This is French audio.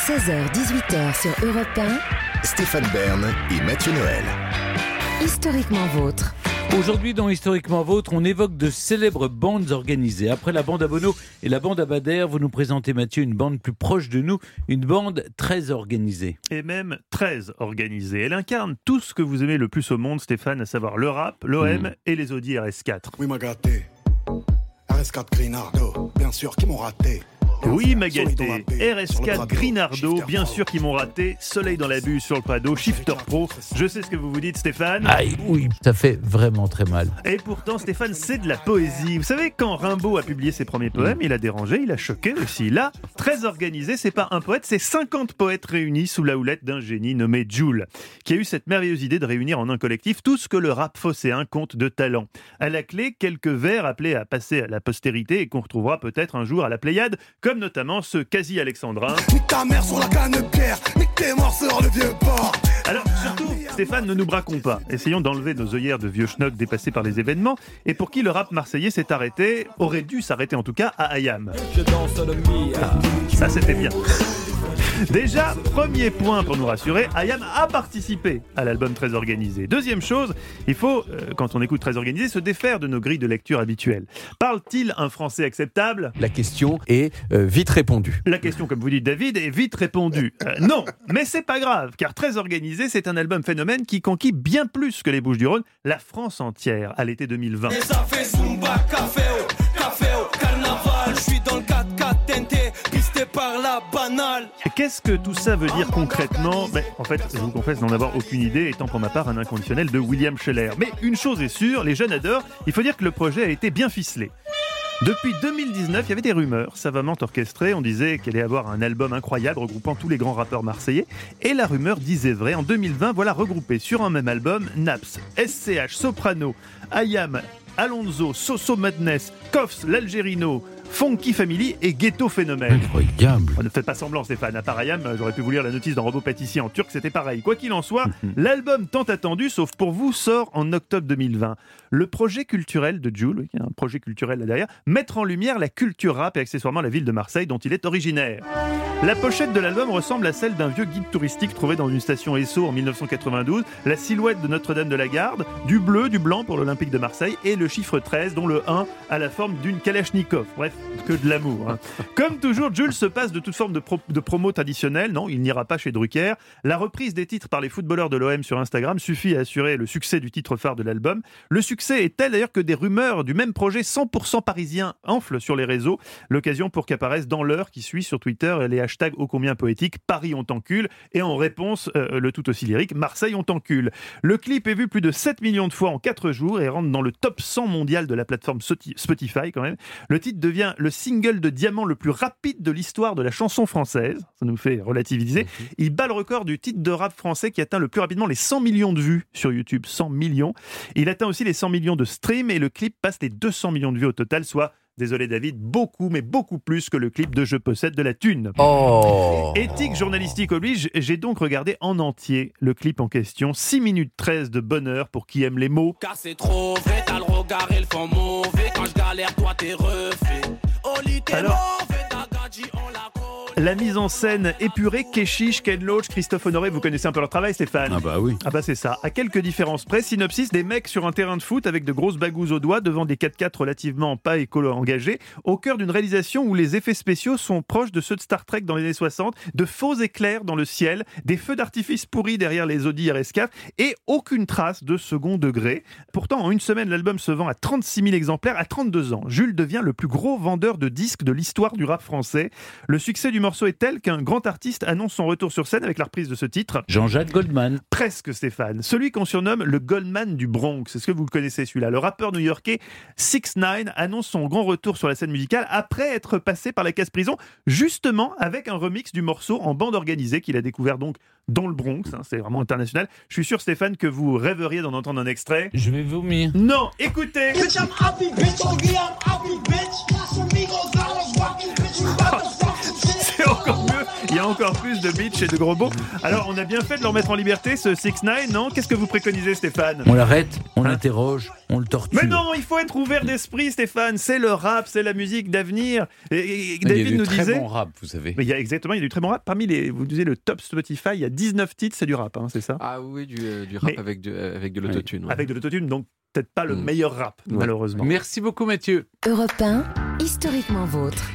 16h-18h sur Europe 1, Stéphane Bern et Mathieu Noël. Historiquement vôtre. Aujourd'hui, dans Historiquement Vôtre, on évoque de célèbres bandes organisées. Après la bande à Bono et la bande à Bader, vous nous présentez, Mathieu, une bande plus proche de nous, une bande très organisée. Et même très organisée. Elle incarne tout ce que vous aimez le plus au monde, Stéphane, à savoir le rap, l'OM et les Audi RS4. Oui, m'a gâté. RS4 Grinardo, bien sûr, qui m'ont raté. Oui, Magalté, RS4 Grinardo, bien sûr qu'ils m'ont raté, Soleil dans la buse sur le Prado, Shifter Pro, je sais ce que vous vous dites, Stéphane. Aïe, oui, ça fait vraiment très mal. Et pourtant, Stéphane, c'est de la poésie. Vous savez, quand Rimbaud a publié ses premiers poèmes, il a dérangé, il a choqué aussi. Là, très organisé, c'est pas un poète, c'est 50 poètes réunis sous la houlette d'un génie nommé Jul, qui a eu cette merveilleuse idée de réunir en un collectif tout ce que le rap phocéen compte de talent. À la clé, quelques vers appelés à passer à la postérité et qu'on retrouvera peut-être un jour à la Pléiade, comme notamment ce quasi-alexandrin. Nique ta mère sur la canne de pierre, nique tes morts sur le vieux port. Alors surtout, Stéphane, ne nous braquons pas. Essayons d'enlever nos œillères de vieux schnock dépassés par les événements et pour qui le rap marseillais s'est arrêté, aurait dû s'arrêter en tout cas à Ayam. Ça c'était bien. Déjà, premier point pour nous rassurer, Ayam a participé à l'album Très Organisé. Deuxième chose, il faut, quand on écoute Très Organisé, se défaire de nos grilles de lecture habituelles. Parle-t-il un français acceptable ? La question est vite répondue. La question, comme vous dites David, est vite répondue. Non, mais c'est pas grave, car Très Organisé, c'est un album phénomène qui conquit bien plus que les Bouches-du-Rhône, la France entière à l'été 2020. Et ça fait Zumba, café au carnaval, je suis dans le 4x4 TNT, pisté par la banale. Et qu'est-ce que tout ça veut dire concrètement ? En fait, je vous confesse n'en avoir aucune idée, étant pour ma part un inconditionnel de William Scheller. Mais une chose est sûre, les jeunes adorent, il faut dire que le projet a été bien ficelé. Depuis 2019, il y avait des rumeurs savamment orchestrées. On disait qu'il allait avoir un album incroyable regroupant tous les grands rappeurs marseillais. Et la rumeur disait vrai. En 2020, voilà regroupé sur un même album Naps, SCH, Soprano, Ayam, Alonso, Soso Madness, Koffs, l'Algérino, Funky Family et Ghetto Phénomène. Incroyable. Ne faites pas semblant, Stéphane. À part Ayam, j'aurais pu vous lire la notice d'un robot pâtissier en turc, c'était pareil. Quoi qu'il en soit, l'album tant attendu, sauf pour vous, sort en octobre 2020. Le projet culturel de Jul, il y a un projet culturel là derrière, mettre en lumière la culture rap et accessoirement la ville de Marseille dont il est originaire. La pochette de l'album ressemble à celle d'un vieux guide touristique trouvé dans une station Esso en 1992, la silhouette de Notre-Dame de la Garde, du bleu, du blanc pour l'Olympique de Marseille et le chiffre 13 dont le 1 a la forme d'une Kalachnikov. Bref, que de l'amour. Hein. Comme toujours, Jul se passe de toute forme de promo traditionnelle. Non, il n'ira pas chez Drucker. La reprise des titres par les footballeurs de l'OM sur Instagram suffit à assurer le succès du titre phare de l'album. Le succès est tel d'ailleurs que des rumeurs du même projet 100% parisien enflent sur les réseaux. L'occasion pour qu'apparaissent dans l'heure qui suit sur Twitter les hashtags ô combien poétiques Paris on t'encule et en réponse le tout aussi lyrique Marseille on t'encule. Le clip est vu plus de 7 millions de fois en 4 jours et rentre dans le top 100 mondial de la plateforme Spotify quand même. Le titre devient le single de diamant le plus rapide de l'histoire de la chanson française. Ça nous fait relativiser. Il bat le record du titre de rap français qui atteint le plus rapidement les 100 millions de vues sur YouTube. 100 millions. Il atteint aussi les 100 millions de streams et le clip passe les 200 millions de vues au total, soit, désolé David, beaucoup, mais beaucoup plus que le clip de Je possède de la thune. Oh. Éthique journalistique oblige, j'ai donc regardé en entier le clip en question. 6 minutes 13 de bonheur pour qui aime les mots. Car c'est trop vrai, t'as le regard et le fond mauvais. Quand je galère, toi t'es refait. Oli t'es mauvais, t'as gadji, on l'a collé. La mise en scène épurée, Keshish, Ken Loach, Christophe Honoré, vous connaissez un peu leur travail, Stéphane ? Ah bah oui. Ah bah c'est ça. À quelques différences près, synopsis, des mecs sur un terrain de foot avec de grosses bagouzes aux doigts devant des 4x4 relativement pas écolo-engagés, au cœur d'une réalisation où les effets spéciaux sont proches de ceux de Star Trek dans les années 60, de faux éclairs dans le ciel, des feux d'artifice pourris derrière les Audi RS4 et aucune trace de second degré. Pourtant, en une semaine, l'album se vend à 36 000 exemplaires à 32 ans. Jules devient le plus gros vendeur de disques de l'histoire du rap français. Le succès du morceau est tel qu'un grand artiste annonce son retour sur scène avec la reprise de ce titre. Jean-Jacques Goldman. Presque, Stéphane. Celui qu'on surnomme le Goldman du Bronx. Est-ce que vous le connaissez celui-là ? Le rappeur new-yorkais 6ix9ine annonce son grand retour sur la scène musicale après être passé par la case prison, justement avec un remix du morceau en bande organisée qu'il a découvert donc dans le Bronx. Hein, c'est vraiment international. Je suis sûr, Stéphane, que vous rêveriez d'en entendre un extrait. Je vais vomir. Non, écoutez. C'est encore mieux. Il y a encore plus de bitch et de gros mots. Alors, on a bien fait de le remettre en liberté, ce 6ix9ine, non? Qu'est-ce que vous préconisez, Stéphane? On l'arrête, on l'interroge, on le torture. Mais non, il faut être ouvert d'esprit, Stéphane. C'est le rap, c'est la musique d'avenir. Et Il y a David du nous très disait... bon rap, vous savez. Mais il y a du très bon rap. Parmi vous disiez le top Spotify, il y a 19 titres, c'est du rap, hein, c'est ça? Ah oui, du rap avec de l'autotune. Ouais. Avec de l'autotune, donc peut-être pas le meilleur rap, malheureusement. Merci beaucoup, Mathieu. Europe 1, historiquement vôtre.